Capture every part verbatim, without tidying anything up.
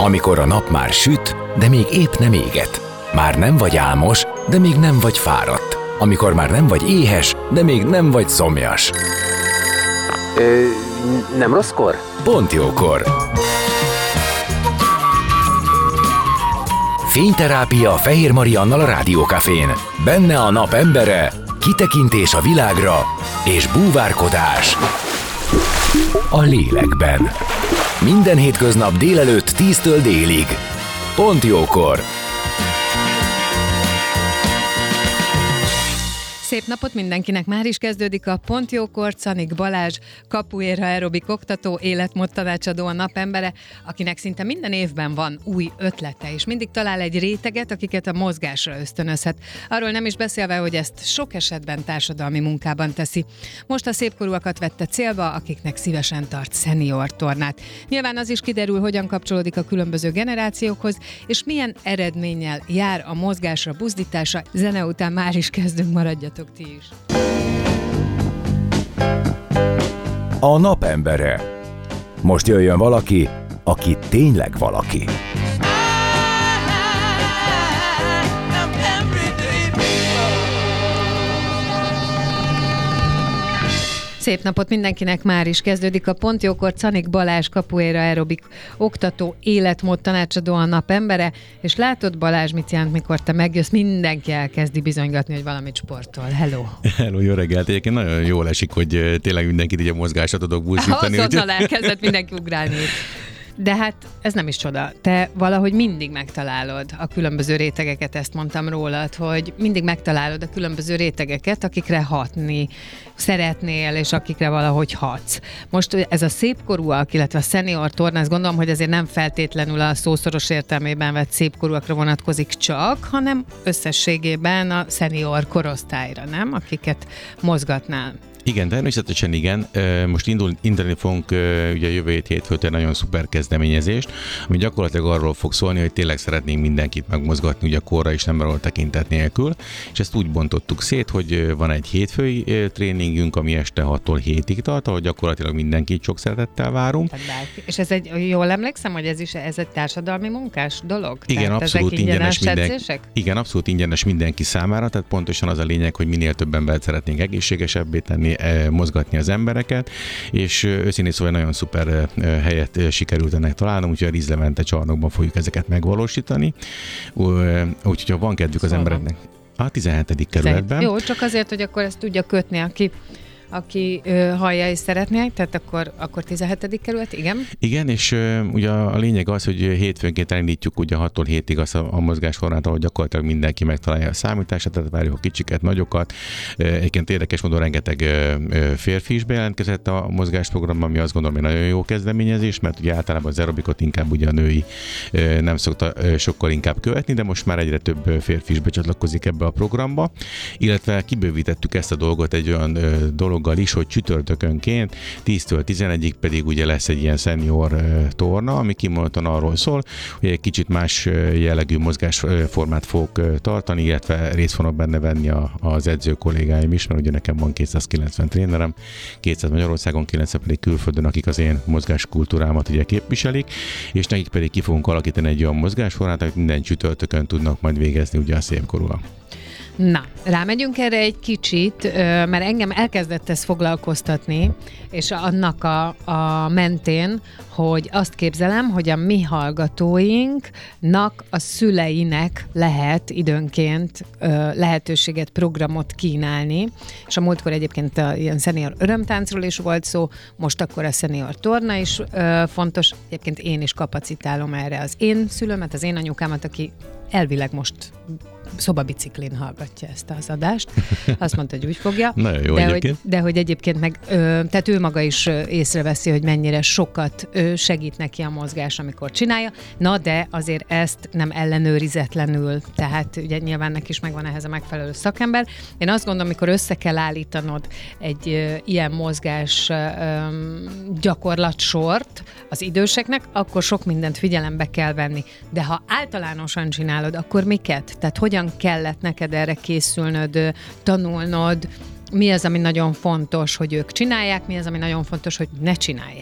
Amikor a nap már süt, de még épp nem éget. Már nem vagy álmos, de még nem vagy fáradt. Amikor már nem vagy éhes, de még nem vagy szomjas. Ö, nem rosszkor? Pont jókor. Fényterápia Fehér Mariannal a Rádiókafén. Benne a nap embere, kitekintés a világra és búvárkodás a lélekben. Minden hétköznap délelőtt tíztől délig. Pont jókor. Szép napot mindenkinek! Már is kezdődik a Pont Jókor. Czanik Balázs, capoeira aerobik oktató, életmód tanácsadó, a napembere, akinek szinte minden évben van új ötlete, és mindig talál egy réteget, akiket a mozgásra ösztönözhet. Arról nem is beszélve, hogy ezt sok esetben társadalmi munkában teszi. Most a szépkorúakat vette célba, akiknek szívesen tart szenior tornát. Nyilván az is kiderül, hogyan kapcsolódik a különböző generációkhoz, és milyen eredménnyel jár a mozgásra buzdítása. Zene után már is kezdünk, maradjatok ti is. A napembere. Most jöjjön valaki, aki tényleg valaki. Szép napot mindenkinek, már is kezdődik a Pont Jókor. Czanik Balázs, capoeira aerobik oktató, életmód tanácsadó, a napembere, és látod, Balázs, mit jelent, mikor te megjössz, mindenki elkezdi bizonygatni, hogy valamit sportol. Hello! Hello, jó reggelt! Egyébként nagyon jól esik, hogy tényleg mindenkit így a mozgásra tudok buzdítani. Azonnal elkezdett mindenki ugrálni. De hát ez nem is csoda. Te valahogy mindig megtalálod a különböző rétegeket, ezt mondtam rólad, hogy mindig megtalálod a különböző rétegeket, akikre hatni szeretnél, és akikre valahogy hatsz. Most ez a szépkorúak, illetve a szenior torna, azt gondolom, hogy azért nem feltétlenül a szószoros értelmében vett szépkorúakra vonatkozik csak, hanem összességében a szenior korosztályra, nem? Akiket mozgatnál. Igen, természetesen igen. Most indul, indulni fogunk ugye jövő hét hétfőtől nagyon szuper kezdeményezést, ami gyakorlatilag arról fog szólni, hogy tényleg szeretnénk mindenkit megmozgatni ugye a korra és nemről tekintet nélkül, és ezt úgy bontottuk szét, hogy van egy hétfői tréningünk, ami este hattól hétig tart, ahol gyakorlatilag mindenkit sok szeretettel várunk. És ez egy, jól emlékszem, hogy ez is ez egy társadalmi munkás dolog? Igen, tehát abszolút ingyenes, ingyenes minden, igen, abszolút ingyenes mindenki számára, tehát pontosan az a lényeg, hogy minél több embert szeretnénk egészségesebbé tenni, mozgatni az embereket, és őszintén szóval nagyon szuper helyet sikerült ennek találnom, úgyhogy a Ríz Levente csarnokban fogjuk ezeket megvalósítani. Úgyhogy ha van kedvük az embereknek. A tizenhetedik kerületben. Jó, csak azért, hogy akkor ezt tudja kötni, aki aki ö, hallja és szeretné, tehát akkor, akkor tizenhetedik kerület, igen? Igen, és ö, ugye a lényeg az, hogy hétfőnként elindítjuk ugye hattól hétig az a, a mozgásformát, ahol gyakorlatilag mindenki megtalálja a számítását, tehát várjuk a kicsiket, nagyokat. Egyébként érdekes módon rengeteg ö, ö, férfi is bejelentkezett a mozgásprogramban, ami azt gondolom, hogy nagyon jó kezdeményezés, mert ugye általában az aerobikot inkább ugye a női ö, nem szokta ö, sokkal inkább követni, de most már egyre több férfi is becsatlakozik ebbe a programba, illetve kibővítettük ezt a dolgot egy olyan ö, dolog is, hogy csütörtökönként tíztől tizenegyig pedig ugye lesz egy ilyen senior uh, torna, ami kimondottan arról szól, hogy egy kicsit más uh, jellegű mozgásformát fog uh, tartani, illetve részt fognak benne venni a, az edző kollégáim is, mert ugye nekem van kétszázkilencven trénerem, kétszáz Magyarországon, kilencven pedig külföldön, akik az én mozgáskultúrámat ugye képviselik, és nekik pedig ki fogunk alakítani egy olyan mozgásformát, amit minden csütörtökön tudnak majd végezni ugye a szépkorúak. Na, rámegyünk erre egy kicsit, mert engem elkezdett ez foglalkoztatni, és annak a, a mentén, hogy azt képzelem, hogy a mi hallgatóinknak, a szüleinek lehet időnként lehetőséget, programot kínálni, és a múltkor egyébként a ilyen szenior örömtáncról is volt szó, most akkor a szenior torna is fontos, egyébként én is kapacitálom erre az én szülőmet, az én anyukámat, aki elvileg most szobabiciklin hallgatja ezt az adást. Azt mondta, hogy úgy fogja. Nagyon jó de, egyébként. hogy, de hogy egyébként meg, ö, tehát ő maga is ö, észreveszi, hogy mennyire sokat ö, segít neki a mozgás, amikor csinálja. Na, de azért ezt nem ellenőrizetlenül, tehát ugye nyilván neki is megvan ehhez a megfelelő szakember. Én azt gondolom, amikor össze kell állítanod egy ö, ilyen mozgás ö, gyakorlatsort az időseknek, akkor sok mindent figyelembe kell venni. De ha általánosan csinálod, akkor miket? Tehát hogyan kellett neked erre készülnöd, tanulnod, mi az, ami nagyon fontos, hogy ők csinálják, mi az, ami nagyon fontos, hogy ne csinálják?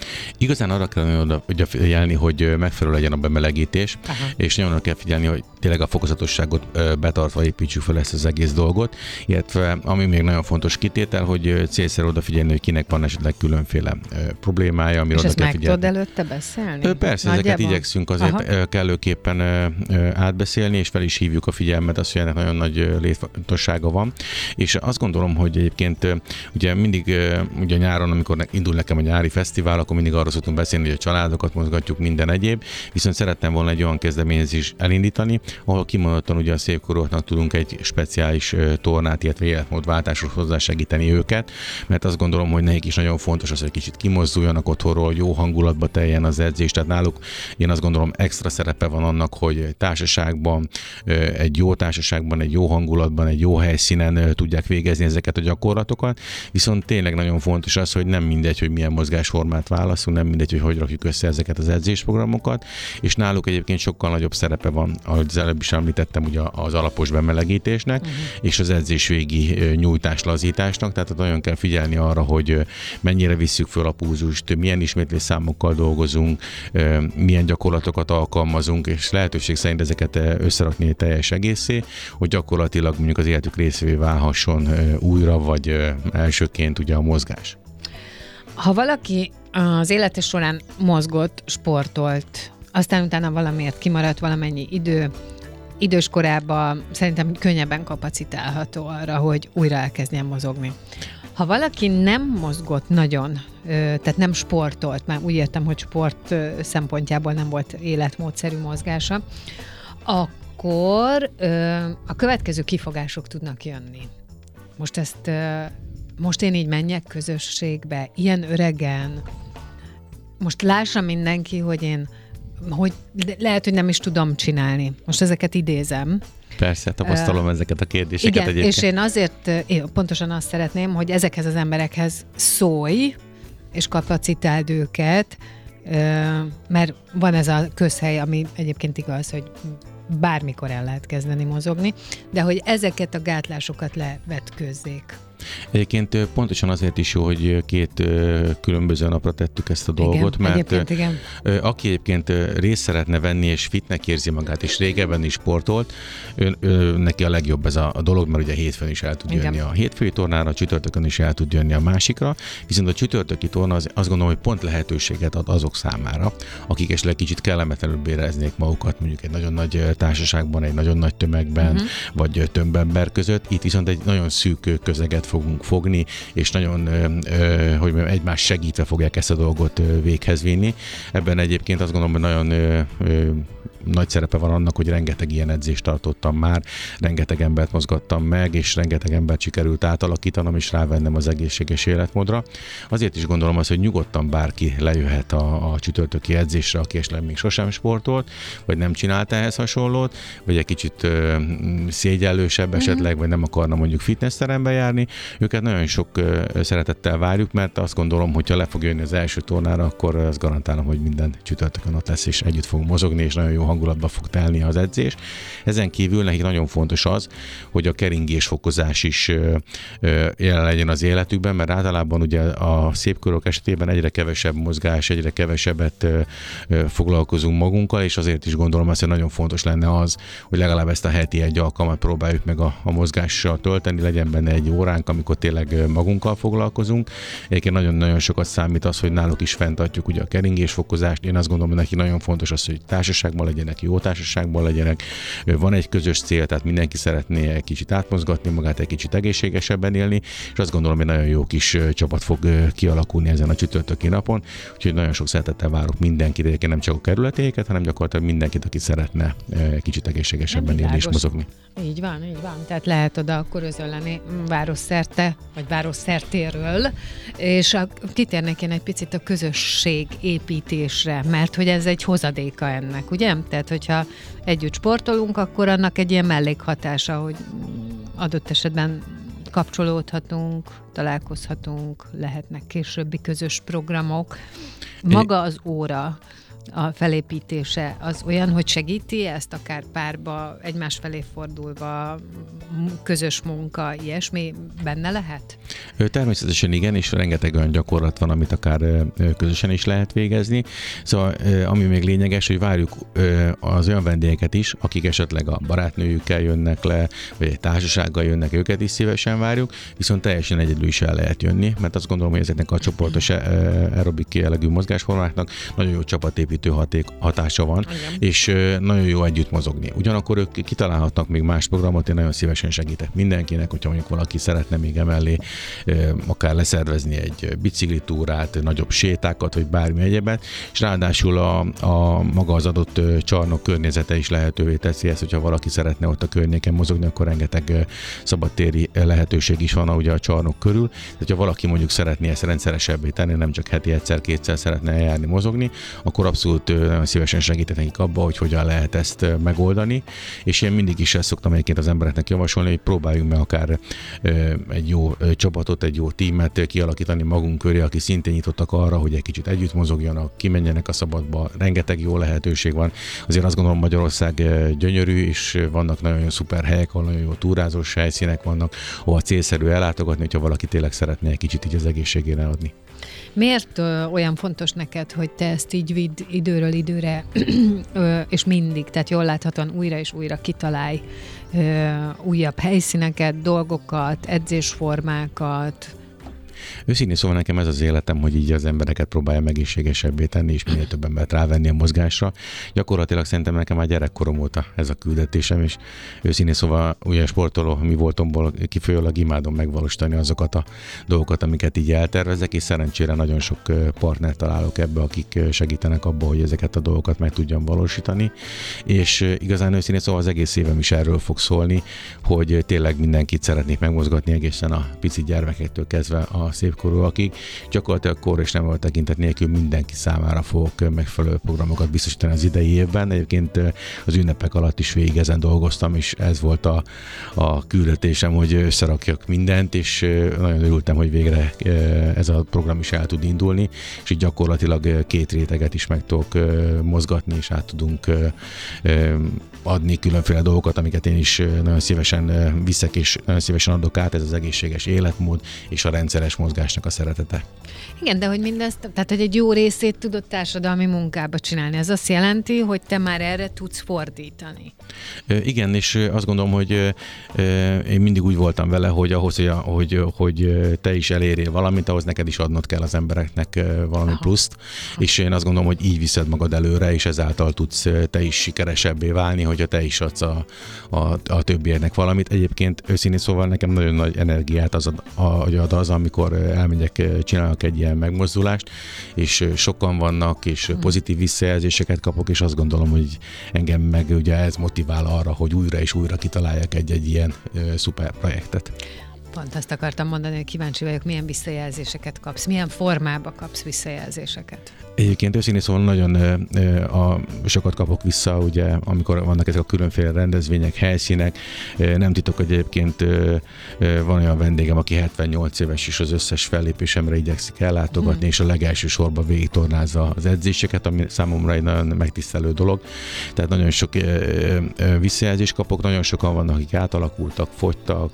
Igazán arra kellene oda figyelni, hogy megfelelő legyen a bemelegítés, Aha. és nagyon arra kell figyelni, hogy tényleg a fokozatosságot betartva építsük fel ezt az egész dolgot, illetve ami még nagyon fontos kitétel, hogy célszerű odafigyelni, hogy kinek van esetleg különféle problémája, amire oda kell figyelni. És ezt meg tudod előtte beszélni? Persze, Nagyjából? Ezeket igyekszünk azért Aha. kellőképpen átbeszélni, és fel is hívjuk a figyelmet, azt, hogy ennek nagyon nagy létfontossága van. És azt gondolom, hogy egyébként ugye mindig ugye nyáron, amikor indul nekem a nyári fesztivál, akkor mindig arról szoktunk beszélni, hogy a családokat mozgatjuk, minden egyéb, viszont szerettem volna egy olyan kezdeményezést elindítani, ahol kimondottan ugye a szépkorúaknak tudunk egy speciális tornát, illetve életmódváltáshoz hozzásegíteni őket, mert azt gondolom, hogy nekik is nagyon fontos az, hogy kicsit kimozduljanak otthonról, jó hangulatba teljen az edzés, tehát náluk én azt gondolom extra szerepe van annak, hogy társaságban, egy jó társaságban, egy jó hangulatban, egy jó helyszínen tudják végezni ezeket a gyakorlatokat, viszont tényleg nagyon fontos az, hogy nem mindegy, hogy milyen mozgásformát válaszunk, nem mindegy, hogy hogy rakjuk össze ezeket az edzésprogramokat, és náluk egyébként sokkal nagyobb szerepe van, ahogy az előbb is említettem, ugye az alapos bemelegítésnek, uh-huh. és az edzés végi nyújtás lazításnak, tehát nagyon kell figyelni arra, hogy mennyire visszük föl a púzust, milyen ismétlés számokkal dolgozunk, milyen gyakorlatokat alkalmazunk, és lehetőség szerint ezeket összerakni egy teljes egészé, hogy gyakorlatilag mondjuk az életük részévé válhasson újra, vagy elsőként ugye a mozgás. Ha valaki az élete során mozgott, sportolt, aztán utána valamiért kimaradt valamennyi idő, idős korában szerintem könnyebben kapacitálható arra, hogy újra elkezdjen mozogni. Ha valaki nem mozgott nagyon, tehát nem sportolt, már úgy értem, hogy sport szempontjából nem volt életmódszerű mozgása, akkor a következő kifogások tudnak jönni. Most ezt, most én így menjek közösségbe, ilyen öregen, most lássa mindenki, hogy én hogy lehet, hogy nem is tudom csinálni. Most ezeket idézem. Persze, tapasztalom uh, ezeket a kérdéseket igen, egyébként. És én azért, én pontosan azt szeretném, hogy ezekhez az emberekhez szólj, és kapacitáld őket, mert van ez a közhely, ami egyébként igaz, hogy bármikor el lehet kezdeni mozogni, de hogy ezeket a gátlásokat levetközzék. Egyébként pontosan azért is jó, hogy két különböző napra tettük ezt a dolgot, igen, mert igen. aki egyébként részt szeretne venni, és fitnek érzi magát, és régebben is sportolt, ő, ő, neki a legjobb ez a, a dolog, mert ugye hétfőn is el tud igen. jönni a hétfői tornára, a csütörtökön is el tud jönni a másikra, viszont a csütörtöki torna az, azt gondolom, hogy pont lehetőséget ad azok számára, akik esetleg kicsit kellemetlenül éreznék magukat, mondjuk egy nagyon nagy társaságban, egy nagyon nagy tömegben, uh-huh. vagy több ember között. Itt viszont egy nagyon szűk közeget fogunk fogni, és nagyon, ö, hogy mondjam, egymás segítve fogják ezt a dolgot ö, véghez vinni. Ebben egyébként azt gondolom, hogy nagyon ö, ö, nagy szerepe van annak, hogy rengeteg ilyen edzést tartottam már, rengeteg embert mozgattam meg, és rengeteg embert sikerült átalakítanom, és rávennem az egészséges életmódra. Azért is gondolom azt, hogy nyugodtan bárki lejöhet a, a csütörtöki edzésre, aki esetleg még sosem sportolt, vagy nem csinált ehhez hasonlót, vagy egy kicsit ö, szégyellősebb esetleg, mm-hmm. vagy nem akarna mondjuk fitnessterembe járni. Őket nagyon sok ö, szeretettel várjuk, mert azt gondolom, hogy ha le fog jönni az első tornára, akkor azt garantálom, hogy minden csütörtökön ott lesz, és együtt fogunk mozogni, és nagyon jó hangulatba fog telni az edzés. Ezen kívül nekik nagyon fontos az, hogy a keringésfokozás is ö, ö, jelen legyen az életükben, mert általában ugye a szépkorúak esetében egyre kevesebb mozgás, egyre kevesebbet ö, ö, foglalkozunk magunkkal, és azért is gondolom azt, hogy nagyon fontos lenne az, hogy legalább ezt a heti egy alkalmat próbáljuk meg a, a mozgással tölteni, legyen benne egy óránk, amikor tényleg magunkkal foglalkozunk. Egyébként nagyon-nagyon sokat számít az, hogy náluk is fenntartjuk ugye a keringésfokozást. Én azt gondolom, hogy neki nagyon fontos az, hogy társaságban legyenek, jó társaságban legyenek. Van egy közös cél, tehát mindenki szeretné egy kicsit átmozgatni magát, egy kicsit egészségesebben élni, és azt gondolom, hogy nagyon jó kis csapat fog kialakulni ezen a csütörtöki napon, úgyhogy nagyon sok szeretettel várok mindenkit, egyébként nem csak a kerületéket, hanem gyakorlatilag mindenkit, aki szeretne egy kicsit egészségesebben élni és mozogni. Így van, így van. Tehát lehet oda akkor özölleni városszerte, vagy városszertéről, és a, kitérnék én egy picit a közösség építésre, mert hogy ez egy hozadéka ennek, ugye? Tehát, hogyha együtt sportolunk, akkor annak egy ilyen mellékhatása, hogy adott esetben kapcsolódhatunk, találkozhatunk, lehetnek későbbi közös programok. Maga az óra, a felépítése az olyan, hogy segíti ezt akár párba, egymás felé fordulva, közös munka, ilyesmi benne lehet? Természetesen igen, és rengeteg olyan gyakorlat van, amit akár közösen is lehet végezni. Szóval ami még lényeges, hogy várjuk az olyan vendégeket is, akik esetleg a barátnőjükkel jönnek le, vagy egy társasággal jönnek, őket is szívesen várjuk, viszont teljesen egyedül is el lehet jönni, mert azt gondolom, hogy ezeknek a csoportos aerobik jellegű mozgásformáknak nagyon jó csapatépítő haték, hatása van, igen. És nagyon jó együtt mozogni. Ugyanakkor ők kitalálhatnak még más programot, én nagyon szívesen segítek mindenkinek, hogyha mondjuk valaki szeretne még emellé akár leszervezni egy biciklitúrát, nagyobb sétákat, vagy bármi egyebet, és ráadásul a, a maga az adott csarnok környezete is lehetővé teszi ezt, hogyha valaki szeretne ott a környéken mozogni, akkor rengeteg szabadtéri lehetőség is van ugye a csarnok körül. Tehát, hogyha valaki mondjuk szeretné ezt rendszeresebbé tenni, nem csak heti egyszer-kétszer szeretne eljárni, mozogni, akkor abszolút nagyon szívesen segítek nekik abba, hogy hogyan lehet ezt megoldani, és én mindig is ezt szoktam egyébként az embereknek javasolni, hogy próbáljunk meg akár egy jó csapatot, egy jó tímet kialakítani magunk köré, aki szintén nyitottak arra, hogy egy kicsit együtt mozogjanak, kimenjenek a szabadba, rengeteg jó lehetőség van. Azért azt gondolom, Magyarország gyönyörű, és vannak nagyon jó szuper helyek, ahol nagyon jó túrázós helyszínek vannak, ahol célszerű ellátogatni, hogyha valaki tényleg szeretné egy kicsit így az egészségére adni. Miért ö, olyan fontos neked, hogy te ezt így vidd időről időre, ö, és mindig, tehát jól láthatóan újra és újra kitalálj ö, újabb helyszíneket, dolgokat, edzésformákat? Őszintén szóval nekem ez az életem, hogy így az embereket próbálja egészségesebbé tenni, és minél több embert rávenni a mozgásra. Gyakorlatilag szerintem nekem már gyerekkorom óta ez a küldetésem, és őszintén szóval ugye sportoló mi voltomból kifolyólag imádom megvalósítani azokat a dolgokat, amiket így eltervezek, és szerencsére nagyon sok partnert találok ebbe, akik segítenek abba, hogy ezeket a dolgokat meg tudjam valósítani, és igazán őszintén szóval az egész évem is erről fog szólni, hogy tényleg mindenkit szeretnék megmozgatni egészen a pici gyermekektől kezdve a szépkorúakig, gyakorlatilag kor és nem tekintet nélkül mindenki számára fogok megfelelő programokat biztosítani az idei évben. Egyébként az ünnepek alatt is végig ezen dolgoztam, és ez volt a, a küldetésem, hogy összerakjak mindent, és nagyon örültem, hogy végre ez a program is el tud indulni, és így gyakorlatilag két réteget is meg tudok mozgatni, és át tudunk adni különféle dolgokat, amiket én is nagyon szívesen viszek, és nagyon szívesen adok át, ez az egészséges életmód és a rendszeres mozgásnak a szeretete. Igen, de hogy mindezt, tehát hogy egy jó részét tudod társadalmi munkába csinálni, ez azt jelenti, hogy te már erre tudsz fordítani. Igen, és azt gondolom, hogy én mindig úgy voltam vele, hogy ahhoz, hogy, hogy, hogy te is elérjél valamit, ahhoz neked is adnod kell az embereknek valami Aha. pluszt, Aha. és én azt gondolom, hogy így viszed magad előre, és ezáltal tudsz te is sikeresebbé válni, hogyha te is adsz a, a, a többieknek valamit. Egyébként őszintén szóval nekem nagyon nagy energiát az, a, ad az, amikor elmegyek, csinálok egy ilyen megmozdulást, és sokan vannak, és pozitív visszajelzéseket kapok, és azt gondolom, hogy engem meg ugye ez motivál arra, hogy újra és újra kitaláljak egy-egy ilyen szuper projektet. Pont azt akartam mondani, hogy kíváncsi vagyok, milyen visszajelzéseket kapsz, milyen formába kapsz visszajelzéseket. Egyébként őszintén szóval nagyon a, sokat kapok vissza, ugye, amikor vannak ezek a különféle rendezvények, helyszínek. Nem titok, hogy egyébként van olyan vendégem, aki hetvennyolc éves, és az összes fellépésemre igyekszik ellátogatni, hmm. és a legelső sorba végigtornázza az edzéseket, ami számomra egy nagyon megtisztelő dolog. Tehát nagyon sok visszajelzést kapok, nagyon sokan vannak, akik átalakultak, fogytak,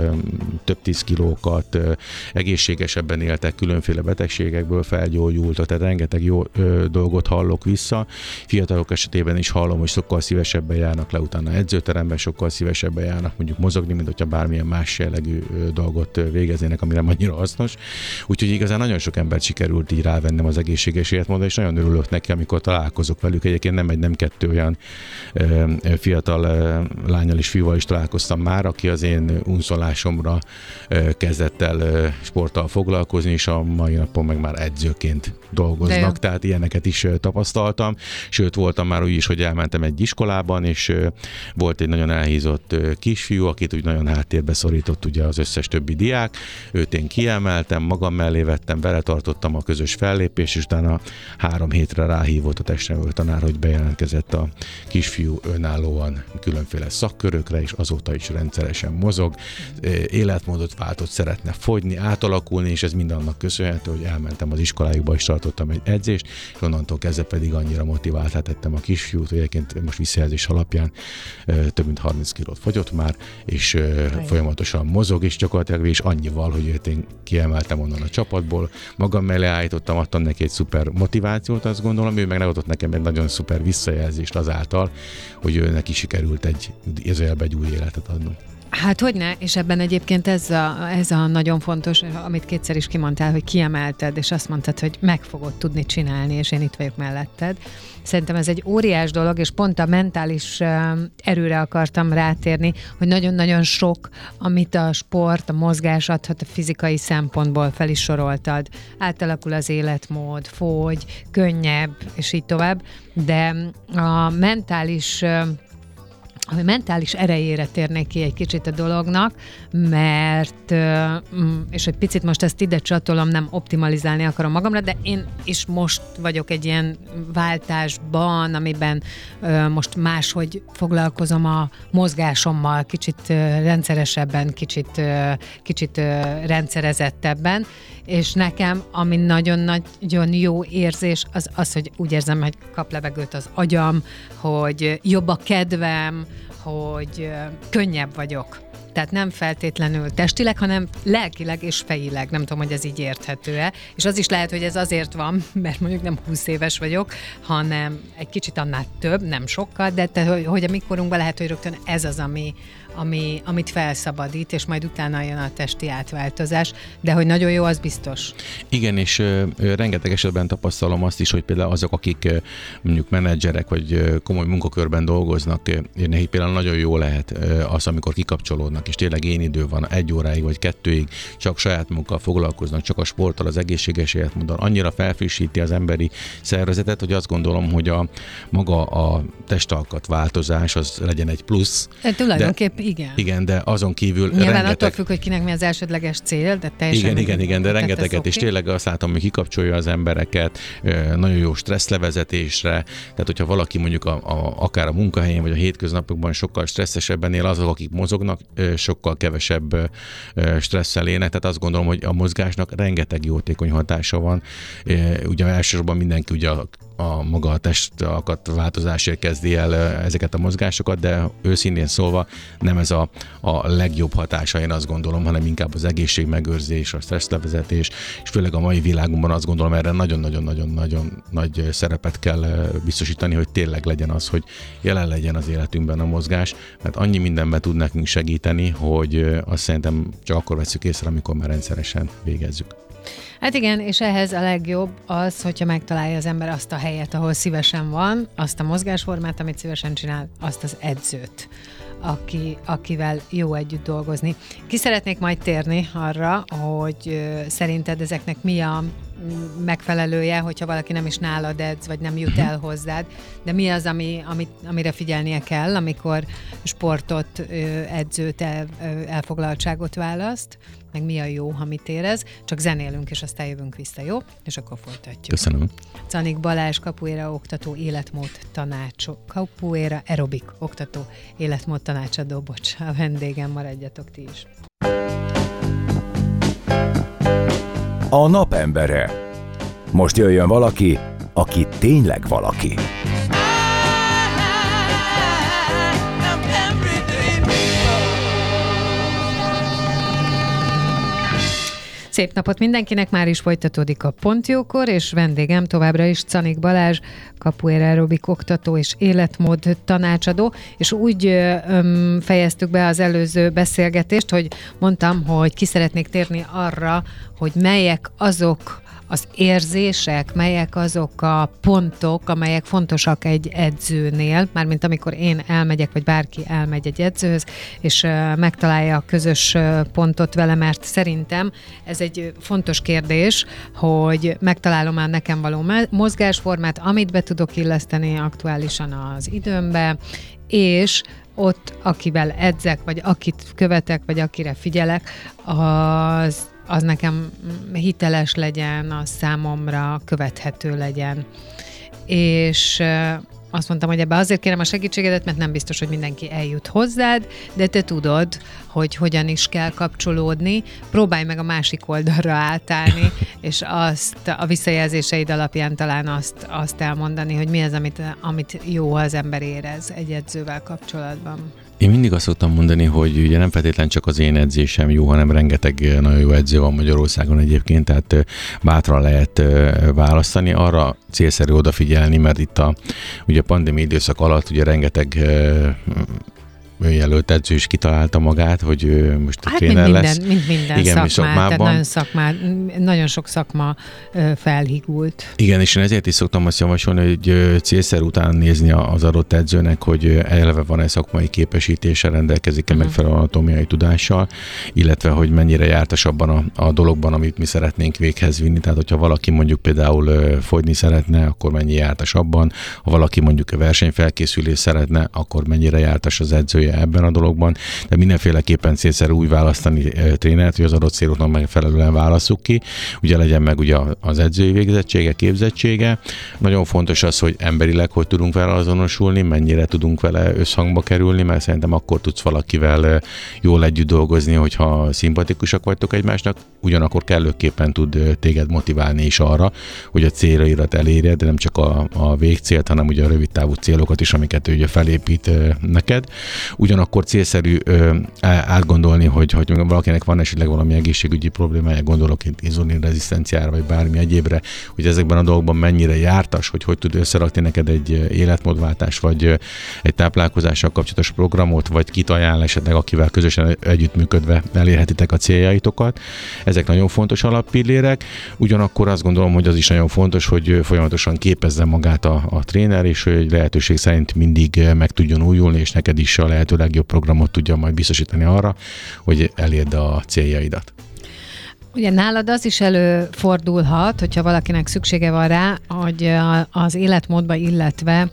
több tíz kilókat, egészségesebben éltek, különféle betegségekből felgyógyultak, tehát rengeteg jó ö, dolgot hallok vissza. Fiatalok esetében is hallom, hogy sokkal szívesebben járnak le utána edzőteremben, sokkal szívesebben járnak mondjuk mozogni, mint hogyha bármilyen más jellegű ö, dolgot ö, végeznének, amire annyira hasznos. Úgyhogy igazán nagyon sok embert sikerült így rávennem az egészséges életmódra, és nagyon örülök neki, amikor találkozok velük. Egyébként nem egy, nem kettő olyan ö, fiatal ö, lányal és fiúval is találkoztam már, aki az én unszolásomra ö, kezdett el ö, sporttal foglalkozni, és a mai napon meg már edzőként dolgoznak. Tehát ilyeneket is tapasztaltam, sőt voltam már úgy is, hogy elmentem egy iskolában, és volt egy nagyon elhízott kisfiú, akit úgy nagyon háttérbe szorított ugye az összes többi diák, őt én kiemeltem, magam mellé vettem, vele tartottam a közös fellépést, és utána három hétre ráhívott a testnevelő tanár, hogy bejelentkezett a kisfiú önállóan különféle szakkörökre, és azóta is rendszeresen mozog, életmódot váltott, szeretne fogyni, átalakulni, és ez mind annak köszönhető, hogy elmentem az iskolájukba, és tartottam egy edzést, és onnantól kezdve pedig annyira motiváltá tettem a kisfiút, hogy egyébként most visszajelzés alapján több mint harminc kilót fogyott már, és Ajj. folyamatosan mozog, és gyakorlatilag és annyival, hogy őt én kiemeltem onnan a csapatból, magam mellé állítottam, adtam neki egy szuper motivációt, azt gondolom, ő meg adott nekem egy nagyon szuper visszajelzést azáltal, hogy ő neki sikerült egy, egy új életet adnom. Hát hogyne, és ebben egyébként ez a, ez a nagyon fontos, amit kétszer is kimondtál, hogy kiemelted, és azt mondtad, hogy meg fogod tudni csinálni, és én itt vagyok melletted. Szerintem ez egy óriás dolog, és pont a mentális erőre akartam rátérni, hogy nagyon-nagyon sok, amit a sport, a mozgás adhat a fizikai szempontból, fel is soroltad. Átalakul az életmód, fogy, könnyebb, és így tovább, de a mentális a mentális erejére térnék ki egy kicsit a dolognak, mert, és egy picit most ezt ide csatolom, nem optimalizálni akarom magamra, de én is most vagyok egy ilyen váltásban, amiben most máshogy foglalkozom a mozgásommal, kicsit rendszeresebben, kicsit, kicsit rendszerezettebben, és nekem, ami nagyon-nagyon jó érzés, az az, hogy úgy érzem, hogy kap levegőt az agyam, hogy jobb a kedvem, hogy könnyebb vagyok. Tehát nem feltétlenül testileg, hanem lelkileg és fejileg. Nem tudom, hogy ez így érthető-e. És az is lehet, hogy ez azért van, mert mondjuk nem húsz éves vagyok, hanem egy kicsit annál több, nem sokkal, de te, hogy, hogy a mi korunkban lehet, hogy rögtön ez az, ami, ami, amit felszabadít, és majd utána jön a testi átváltozás. De hogy nagyon jó, az biztos. Igen, és ö, rengeteg esetben tapasztalom azt is, hogy például azok, akik ö, mondjuk menedzserek, vagy ö, komoly munkakörben dolgoznak, ö, nekik például nagyon jó lehet ö, az, amikor kikapcsolódnak, és tényleg én idő van, egy óráig vagy kettőig csak saját munkkal foglalkoznak, csak a sporttal, az egészséges életmóddal. Annyira felfrissíti az emberi szervezetet, hogy azt gondolom, hogy a maga a testalkat változás az legyen egy plusz. E, tulajdonképp de, igen. Igen, de azon kívül nyilván rengeteg... attól függ, hogy kinek mi az elsődleges cél, de teljesen... Igen, igen, igen, de rengeteget, okay. És tényleg azt látom, hogy kikapcsolja az embereket, nagyon jó stresszlevezetésre, tehát hogyha valaki mondjuk a, a, akár a munkahelyén, vagy a hétköznapokban sokkal stresszesebben él, azok, akik mozognak, sokkal kevesebb stresszel élnek, tehát azt gondolom, hogy a mozgásnak rengeteg jótékony hatása van. Ugye elsősorban mindenki ugye a, a maga a testalkat változásért kezdi el ezeket a mozgásokat, de őszintén szólva nem ez a, a legjobb hatása, én azt gondolom, hanem inkább az egészségmegőrzés, a stresszlevezetés, és főleg a mai világunkban azt gondolom, erre nagyon-nagyon-nagyon-nagyon nagy szerepet kell biztosítani, hogy tényleg legyen az, hogy jelen legyen az életünkben a mozgás, mert annyi mindenben tud nekünk segíteni, hogy azt szerintem csak akkor veszük észre, amikor már rendszeresen végezzük. Hát igen, és ehhez a legjobb az, hogyha megtalálja az ember azt a helyet, ahol szívesen van, azt a mozgásformát, amit szívesen csinál, azt az edzőt, aki, akivel jó együtt dolgozni. Ki szeretnék majd térni arra, hogy szerinted ezeknek mi a megfelelője, hogyha valaki nem is nálad edz, vagy nem jut el hozzád, de mi az, ami, amit, amire figyelnie kell, amikor sportot, edzőt, el, elfoglaltságot választ, meg mi a jó, amit érez, csak zenélünk, és aztán jövünk vissza, jó? És akkor folytatjuk. Köszönöm. Canik Balázs, Capoeira oktató, életmód tanácsok, Capoeira aerobik oktató, életmód tanácsadó, bocs, a vendégem, maradjatok ti is. A napembere. Most jöjjön valaki, aki tényleg valaki. Szép napot mindenkinek, már is folytatódik a Pontjókor, és vendégem továbbra is Canik Balázs, Capoeira aerobik oktató és életmód tanácsadó, és úgy öm, fejeztük be az előző beszélgetést, hogy mondtam, hogy ki szeretnék térni arra, hogy melyek azok az érzések, melyek azok a pontok, amelyek fontosak egy edzőnél, mármint amikor én elmegyek, vagy bárki elmegy egy edzőhöz, és uh, megtalálja a közös uh, pontot vele, mert szerintem ez egy fontos kérdés, hogy megtalálom már nekem való mozgásformát, amit be tudok illeszteni aktuálisan az időmbe, és ott, akivel edzek, vagy akit követek, vagy akire figyelek, az az nekem hiteles legyen, az számomra követhető legyen. És azt mondtam, hogy ebbe azért kérem a segítségedet, mert nem biztos, hogy mindenki eljut hozzád, de te tudod, hogy hogyan is kell kapcsolódni. Próbálj meg a másik oldalra átállni, és azt a visszajelzéseid alapján talán azt, azt elmondani, hogy mi az, amit, amit jó az ember érez egy edzővel kapcsolatban. Én mindig azt szoktam mondani, hogy ugye nem feltétlen csak az én edzésem jó, hanem rengeteg nagyon jó edző van Magyarországon egyébként, tehát bátran lehet választani. Arra célszerű odafigyelni, mert itt a, ugye a pandémia időszak alatt ugye rengeteg önjelölt edző is kitalálta magát, hogy ő most a hát tréner mint lesz. Minden, mint minden igen, szakmát, tehát nagyon, szakmá, nagyon sok szakma felhigult. Igen, és én ezért is szoktam azt javasolni, hogy célszerű után nézni az adott edzőnek, hogy eleve van-e szakmai képesítése, rendelkezik-e uh-huh. megfelelő anatómiai tudással, illetve hogy mennyire jártas abban a, a dologban, amit mi szeretnénk véghez vinni. Tehát, hogyha valaki mondjuk például fogyni szeretne, akkor mennyi jártas abban, ha valaki mondjuk a versenyfelkészülés szeretne, akkor mennyire jártas az edzője ebben a dologban, de mindenféleképpen célszerű úgy választani e, trénert, hogy az adott céloknak megfelelően válasszuk ki. Ugye legyen meg ugye az edzői végzettsége, képzettsége. Nagyon fontos az, hogy emberileg hogy tudunk vele azonosulni, mennyire tudunk vele összhangba kerülni, mert szerintem akkor tudsz valakivel jól együtt dolgozni, hogyha szimpatikusak vagytok egymásnak, ugyanakkor kellőképpen tud téged motiválni is arra, hogy a céljaidat elérjed, de nem csak a, a végcélt, hanem ugye a rövid távú célokat is, amiket ő ugye felépít neked. Ugyanakkor célszerű ö, átgondolni, hogy, hogy valakinek van esetleg valami egészségügyi problémája, gondolok itt inzulinrezisztenciára, vagy bármi egyébre, hogy ezekben a dolgokban mennyire jártas, hogy hogy tud összerakni neked egy életmódváltás, vagy egy táplálkozással kapcsolatos programot, vagy kit ajánl esetleg, akivel közösen együttműködve elérhetitek a céljaitokat. Ezek nagyon fontos alappillérek. Ugyanakkor azt gondolom, hogy az is nagyon fontos, hogy folyamatosan képezze magát a, a tréner, és hogy lehetőség szerint mindig meg tudjon újulni, és neked is a lehető legjobb programot tudja majd biztosítani arra, hogy elérd a céljaidat. Ugye nálad az is előfordulhat, hogyha valakinek szüksége van rá, hogy az életmódba, illetve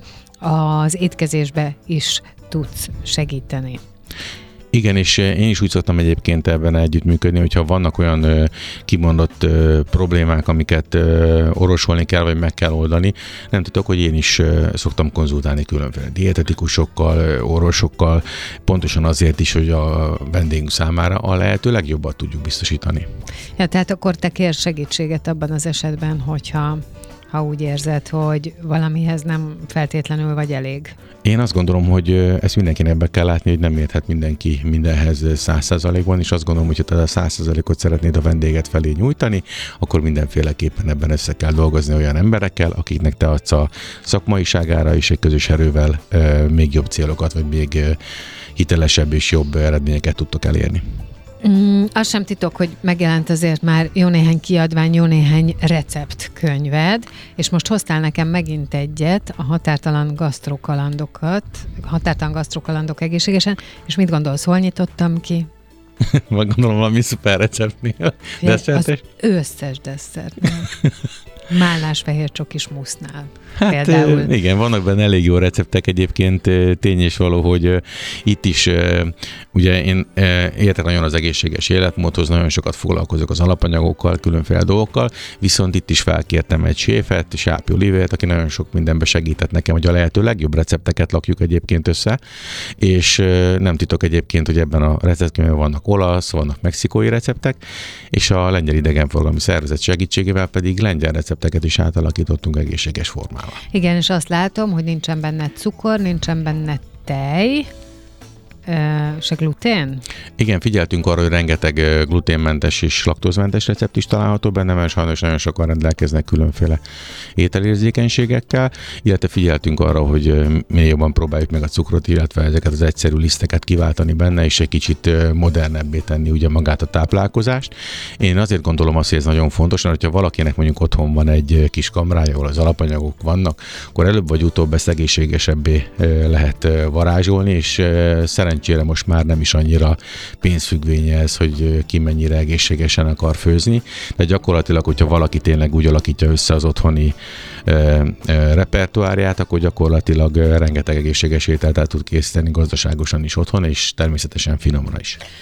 az étkezésbe is tudsz segíteni. Igen, és én is úgy szoktam egyébként ebben együttműködni, hogyha vannak olyan ö, kimondott ö, problémák, amiket ö, orvosolni kell, vagy meg kell oldani, nem tudok, hogy én is ö, szoktam konzultálni különféle dietetikusokkal, ö, orvosokkal, pontosan azért is, hogy a vendégünk számára a lehető legjobbat tudjuk biztosítani. Ja, tehát akkor te kérsz segítséget abban az esetben, hogyha ha úgy érzed, hogy valamihez nem feltétlenül vagy elég. Én azt gondolom, hogy ezt mindenkinek be kell látni, hogy nem érthet mindenki mindenhez száz százalékban, és azt gondolom, hogy ha te a száz százalékot szeretnéd a vendéget felé nyújtani, akkor mindenféleképpen ebben össze kell dolgozni olyan emberekkel, akiknek te adsz a szakmaiságára és egy közös erővel e, még jobb célokat, vagy még e, hitelesebb és jobb eredményeket tudtok elérni. Mm, az sem titok, hogy megjelent azért már jó néhány kiadvány, jó néhány receptkönyved, és most hoztál nekem megint egyet, a határtalan gasztrokalandokat, határtalan gasztrokalandok egészségesen, és mit gondolsz, hol nyitottam ki? Meg gondolom valami szuper receptnél. Az összes desszertnél. Málnás fehér csokis musznál. Hát például. Igen, vannak benne elég jó receptek egyébként, tény és való, hogy itt is ugye én értek nagyon az egészséges életmódhoz, nagyon sokat foglalkozok az alapanyagokkal, különféle dolgokkal, viszont itt is felkértem egy séfet, Sápi Olivért, aki nagyon sok mindenben segített nekem, hogy a lehető legjobb recepteket lakjuk egyébként össze, és nem titok egyébként, hogy ebben a receptkönyvben vannak olasz, vannak mexikói receptek, és a Lengyel Idegenforgalmi Szervezet segítségével pedig lengyel recepteket is átalakítottunk egészséges formában. Igen, és azt látom, hogy nincsen benne cukor, nincsen benne tej, se glutén? Igen, figyeltünk arra, hogy rengeteg gluténmentes és laktózmentes recept is található benne, mert sajnos nagyon sokan rendelkeznek különféle ételérzékenységekkel, illetve figyeltünk arra, hogy minél jobban próbáljuk meg a cukrot, illetve ezeket az egyszerű liszteket kiváltani benne, és egy kicsit modernebbé tenni ugye magát a táplálkozást. Én azért gondolom azt, hogy ez nagyon fontos, mert ha valakinek mondjuk otthon van egy kis kamrája, ahol az alapanyagok vannak, akkor előbb vagy utóbb ezt egészségesebbé lehet varázsolni, és szerencsére most már nem is annyira pénzfüggvénye ez, hogy ki mennyire egészségesen akar főzni, de gyakorlatilag, hogyha valaki tényleg úgy alakítja össze az otthoni e, e, repertoárját, akkor gyakorlatilag rengeteg egészséges ételt el tud készíteni gazdaságosan is otthon, és természetesen finomra is.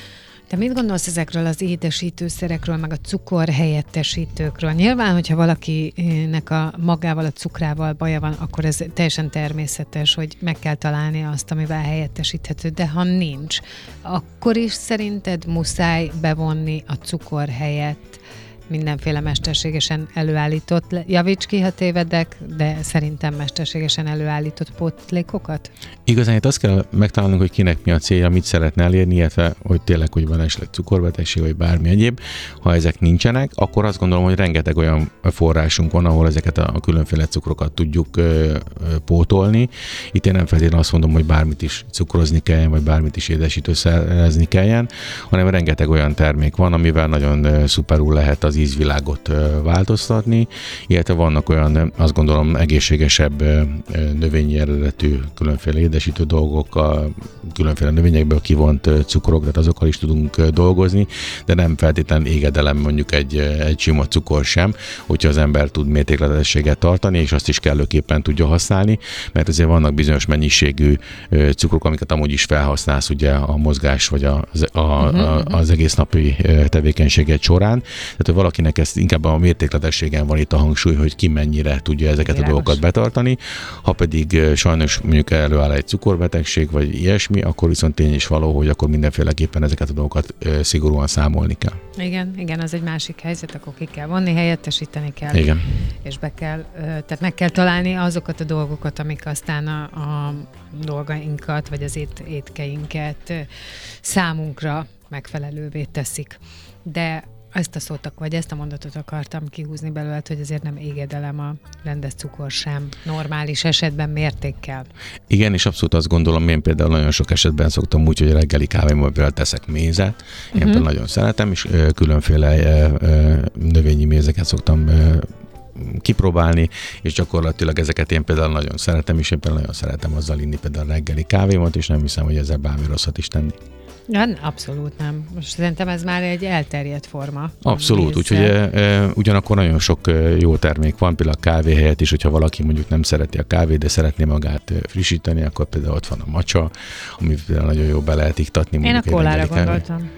Te mit gondolsz ezekről az édesítőszerekről, meg a cukor helyettesítőkről? Nyilván, hogyha valakinek a magával, a cukrával baja van, akkor ez teljesen természetes, hogy meg kell találni azt, amivel helyettesíthető, de ha nincs, akkor is szerinted muszáj bevonni a cukor helyett mindenféle mesterségesen előállított, javíts ki, ha tévedek, de szerintem mesterségesen előállított pótlékokat? Igazán itt azt kell megtalálnunk, hogy kinek mi a célja, mit szeretne elérni, illetve hogy tényleg, hogy van esetleg cukorbetegség, vagy bármi egyéb. Ha ezek nincsenek, akkor azt gondolom, hogy rengeteg olyan forrásunk van, ahol ezeket a különféle cukrokat tudjuk ö, ö, pótolni. Itt én nem feltétlenül azt mondom, hogy bármit is cukrozni kelljen, vagy bármit is édesítőszerezni kelljen, hanem rengeteg olyan termék van, amivel nagyon ö, szuperul lehet az ízvilágot változtatni, illetve vannak olyan, azt gondolom, egészségesebb növényi eredetű különféle édesítő dolgokkal, különféle növényekből kivont cukrok, tehát azokkal is tudunk dolgozni, de nem feltétlenül égedelem mondjuk egy, egy sima cukor sem, hogyha az ember tud mértékletességet tartani, és azt is kellőképpen tudja használni, mert azért vannak bizonyos mennyiségű cukrok, amiket amúgy is felhasználsz ugye a mozgás vagy az, a, a, az egész napi tevékenységet során. Tehát, hogy valakinek ez inkább a mértékletességen van itt a hangsúly, hogy ki mennyire tudja ezeket Világos. a dolgokat betartani. Ha pedig sajnos mondjuk előáll egy cukorbetegség, vagy ilyesmi, akkor viszont tény is való, hogy akkor mindenféleképpen ezeket a dolgokat szigorúan számolni kell. Igen, igen, az egy másik helyzet, akkor ki kell vonni, helyettesíteni kell. Igen. És be kell, tehát meg kell találni azokat a dolgokat, amik aztán a, a dolgainkat, vagy az ét, étkeinket számunkra megfelelővé teszik. De ezt a szót, vagy ezt a mondatot akartam kihúzni belőle, hogy azért nem égedelem a rendes cukor sem. Normális esetben mértékkel. Igen, és abszolút azt gondolom, én például nagyon sok esetben szoktam úgy, hogy reggeli kávémmal például teszek mézet. Én uh-huh. például nagyon szeretem, és ö, különféle ö, ö, növényi mézeket szoktam ö, kipróbálni, és gyakorlatilag ezeket én például nagyon szeretem, és én például nagyon szeretem azzal inni például reggeli kávémat, és nem hiszem, hogy ezzel bármi rosszat is tenni. Ja, abszolút nem. Most szerintem ez már egy elterjedt forma. Abszolút, úgyhogy e, ugyanakkor nagyon sok jó termék van, például a kávé helyett is, hogyha valaki mondjuk nem szereti a kávét, de szeretné magát frissíteni, akkor például ott van a matcha, amit például nagyon jó be lehet iktatni. Én a kólára gondoltam.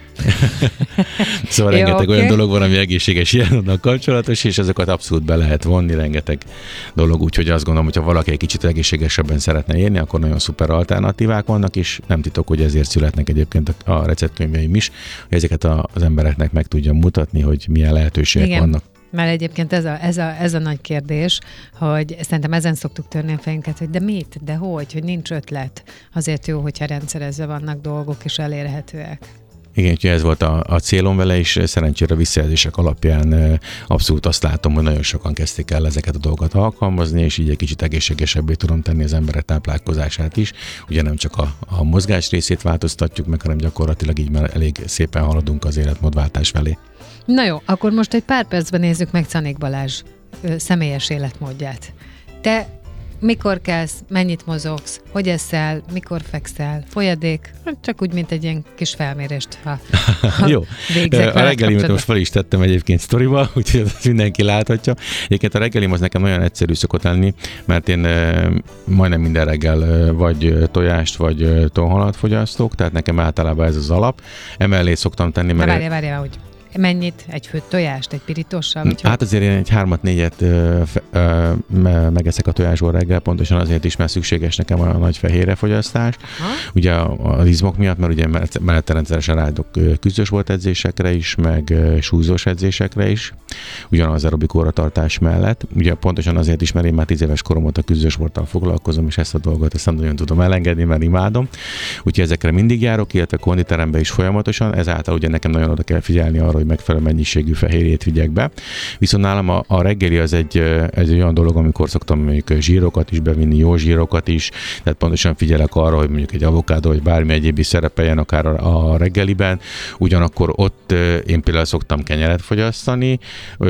Szóval jó, rengeteg okay. olyan dolog van, ami egészséges jelentnek kapcsolatos, és ezeket abszolút be lehet vonni, rengeteg dolog, úgyhogy azt gondolom, hogyha valaki egy kicsit egészségesebben szeretne élni, akkor nagyon szuper alternatívák vannak, és nem titok, hogy ezért születnek egyébként a receptkönyveim is, hogy ezeket az embereknek meg tudjam mutatni, hogy milyen lehetőségek Igen. vannak. Mert egyébként ez a, ez, a, ez a nagy kérdés, hogy szerintem ezen szoktuk törni a fejünket, hogy de mit, de hogy, hogy nincs ötlet. Azért jó, hogyha rendszerezve vannak dolgok és elérhetőek. Igen, úgyhogy ez volt a, a célom vele, és szerencsére a visszajelzések alapján abszolút azt látom, hogy nagyon sokan kezdték el ezeket a dolgokat alkalmazni, és így egy kicsit egészségesebbé tudom tenni az emberek táplálkozását is. Ugye nem csak a, a mozgás részét változtatjuk meg, hanem gyakorlatilag így már elég szépen haladunk az életmódváltás felé. Na jó, akkor most egy pár percben nézzük meg Czanék Balázs ö, személyes életmódját. Te mikor kelsz, mennyit mozogsz, hogy eszel, mikor fekszel, folyadék, csak úgy, mint egy ilyen kis felmérést, ha, ha Jó. A reggelimet most fel is tettem egyébként sztoriba, úgyhogy ezt mindenki láthatja. Egyébként a reggelim az nekem olyan egyszerű szokott lenni, mert én majdnem minden reggel vagy tojást, vagy tonhalat fogyasztok, tehát nekem általában ez az alap. Emellé szoktam tenni, mert... Várjál, várjál, hogy mennyit? Egy főtt tojást, egy pirítossal? Vagy hát azért én egy hármat, négyet ö, ö, megeszek a tojásból reggel, pontosan azért is, mert szükséges nekem a nagy fehérre fogyasztás. Aha. Ugye az izmok miatt, mert ugye mellette rendszeresen ráadok küzdős volt edzésekre is, meg súlyzós edzésekre is, ugyanaz aerobik óratartás mellett. Ugye pontosan azért is, mert én már tíz éves korom óta küzdős volttal foglalkozom, és ezt a dolgot ezt nem nagyon tudom elengedni, mert imádom. Úgyhogy ezekre mindig járok, illetve konditerembe is folyamatosan, ezáltal ugye nekem nagyon oda kell figyelni arra, hogy megfelelő mennyiségű fehérjét vigyek be. Viszont nálam a, a reggeli az egy, egy olyan dolog, amikor szoktam mondjuk zsírokat is bevinni, jó zsírokat is, tehát pontosan figyelek arra, hogy mondjuk egy avokádó, vagy bármi egyéb is szerepeljen akár a, a reggeliben. Ugyanakkor ott én például szoktam kenyeret fogyasztani,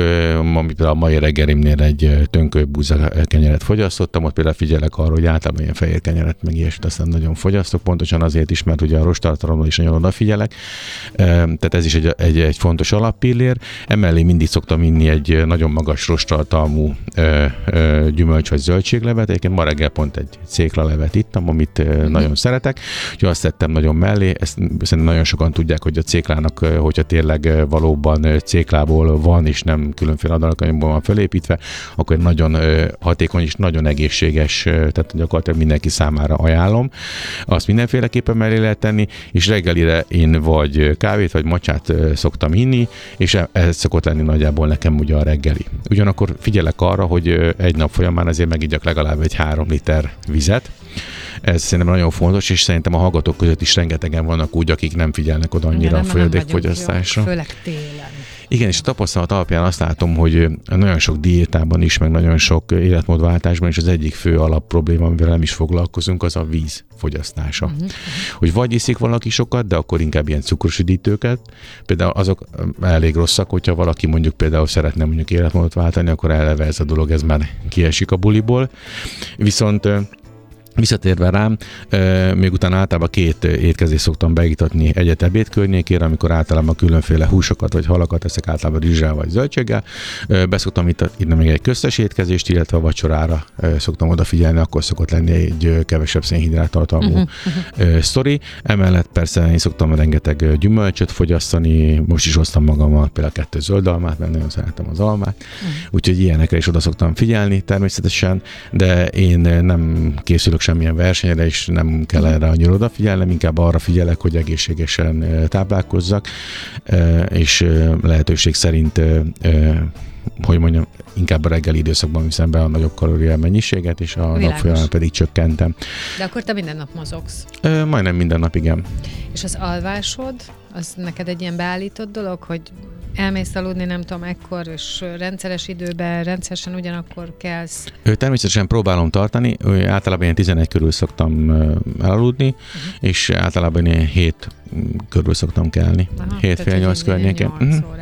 ami például a mai reggelimnél egy tönkölybúza kenyeret fogyasztottam, ott például figyelek arra, hogy általában ilyen fehér kenyeret meg ilyesmit aztán nagyon fogyasztok, pontosan azért is, mert ugye a rosttartalomra is nagyon odafigyelek. Tehát ez is egy, egy, egy fontos fontos alappillér. Emellé mindig szoktam inni egy nagyon magas rosttartalmú gyümölcs vagy zöldséglevet. Egyébként ma reggel pont egy céklalevet ittam, amit mm. nagyon szeretek. Úgyhogy azt tettem nagyon mellé. Ezt szerintem nagyon sokan tudják, hogy a céklának, hogyha tényleg valóban céklából van, és nem különféle adalékanyagból van felépítve, akkor egy nagyon hatékony és nagyon egészséges, tehát gyakorlatilag mindenki számára ajánlom. Azt mindenféleképpen mellé lehet tenni, és reggelire én vagy kávét, vagy macsát szoktam inni, és ez szokott lenni nagyjából nekem ugye a reggeli. Ugyanakkor figyelek arra, hogy egy nap folyamán azért megigyak legalább egy három liter vizet. Ez szerintem nagyon fontos, és szerintem a hallgatók között is rengetegen vannak úgy, akik nem figyelnek oda annyira a folyadékfogyasztásra. Főleg télen. Igen, és a tapasztalat alapján azt látom, hogy nagyon sok diétában is, meg nagyon sok életmódváltásban is az egyik fő alap probléma, amivel nem is foglalkozunk, az a víz fogyasztása. Uh-huh. Hogy vagy iszik valaki sokat, de akkor inkább ilyen cukros üdítőket. Például azok elég rosszak, hogyha valaki mondjuk például szeretne mondjuk életmódot váltani, akkor eleve ez a dolog, ez már kiesik a buliból. Viszont visszatérve rám, még utána általában két étkezést szoktam beiktatni egyet ebéd környékére, amikor általában különféle húsokat vagy halakat eszek, általában rizssel vagy zöldséggel. Beszoktam itt, itt még egy köztes étkezést, illetve a vacsorára szoktam odafigyelni, akkor szokott lenni egy kevesebb szénhidrát tartalmú uh-huh, uh-huh. sztori. Emellett persze én szoktam rengeteg gyümölcsöt fogyasztani, most is hoztam magammal például kettő zöld almát, mert nagyon szeretem az almát, uh-huh. úgyhogy ilyenekre is oda szoktam figyelni természetesen, de én nem készülök semmilyen versenyre, és nem kell erre annyira odafigyelnem, inkább arra figyelek, hogy egészségesen táplálkozzak, és lehetőség szerint, hogy mondjam, inkább a reggeli időszakban viszem be a nagyobb kalória mennyiséget, és a nap folyamán pedig csökkentem. De akkor te minden nap mozogsz? Majdnem minden nap, igen. És az alvásod, az neked egy ilyen beállított dolog, hogy elmész aludni, nem tudom, ekkor, és rendszeres időben, rendszeresen ugyanakkor kelsz? Természetesen próbálom tartani, általában én tizenegy körül szoktam elaludni, uh-huh. és általában én hét körül szoktam kelni. hét fél nyolc környéken.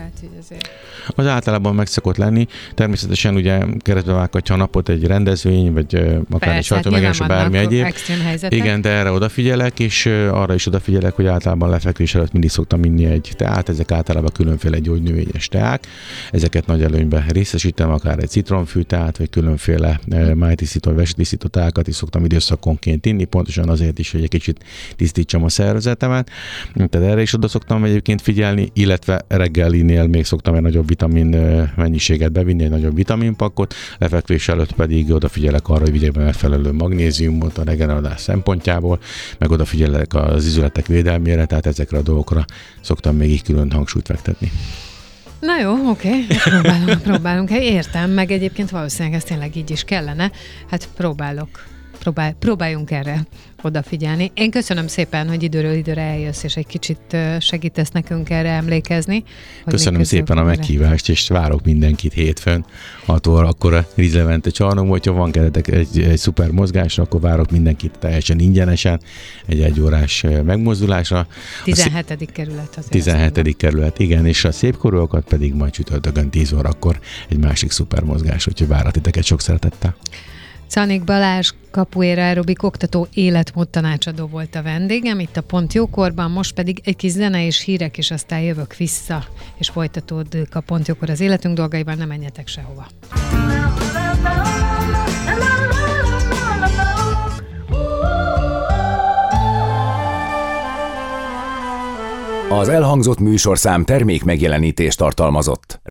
Az általában meg szokott lenni. Természetesen ugye keresztbe vághatja a napot egy rendezvény, vagy akár persze, egy sajtómegjelenés, bármi egyéb. Igen, de erre odafigyelek, és arra is odafigyelek, hogy általában lefekvés előtt mindig szoktam inni egy teát, ezek általában különféle gyógynövényes teák. Ezeket nagy előnyben részesítem, akár egy citromfű teát, vagy különféle májtisztító, vesetisztító teákat is szoktam időszakonként inni, pontosan azért is, hogy egy kicsit tisztítsam a szervezetemet. Tehát erre is oda szoktam egyébként figyelni, illetve reggelinél még szoktam egy nagyobb vitamin mennyiséget bevinni, egy nagyobb vitaminpakkot, lefekvés előtt pedig odafigyelek arra, hogy vigyek be megfelelő magnéziumot a regenerálás szempontjából, meg odafigyelek az izületek védelmére, tehát ezekre a dolgokra szoktam még így külön hangsúlyt fektetni. Na jó, oké, okay. próbálunk, próbálunk. Értem, meg egyébként valószínűleg ez tényleg így is kellene. Hát próbálok. Próbál, próbáljunk erre odafigyelni. Én köszönöm szépen, hogy időről időre eljössz, és egy kicsit segítesz nekünk erre emlékezni. Köszönöm szépen a meghívást, és várok mindenkit hétfőn. hat óra, akkor a Rizlevente csarnokban, hogyha van keretek egy, egy szuper mozgásra, akkor várok mindenkit teljesen ingyenesen, egy egyórás megmozdulásra. tizenhetedik kerület azért. tizenhetedik kerület, igen, és a szépkorúakat pedig majd csütörtökön tíz órakor egy másik szuper mozgás, úgyhogy várok titeket sok szeretettel. Czanik Balázs, capoeira aerobik oktató, életmód tanácsadó volt a vendégem, itt a Pont Jókorban, most pedig egy kis zene és hírek, és aztán jövök vissza, és folytatódik a Pont Jókor az életünk dolgaival, ne menjetek sehova. Az elhangzott műsorszám termék megjelenítést tartalmazott.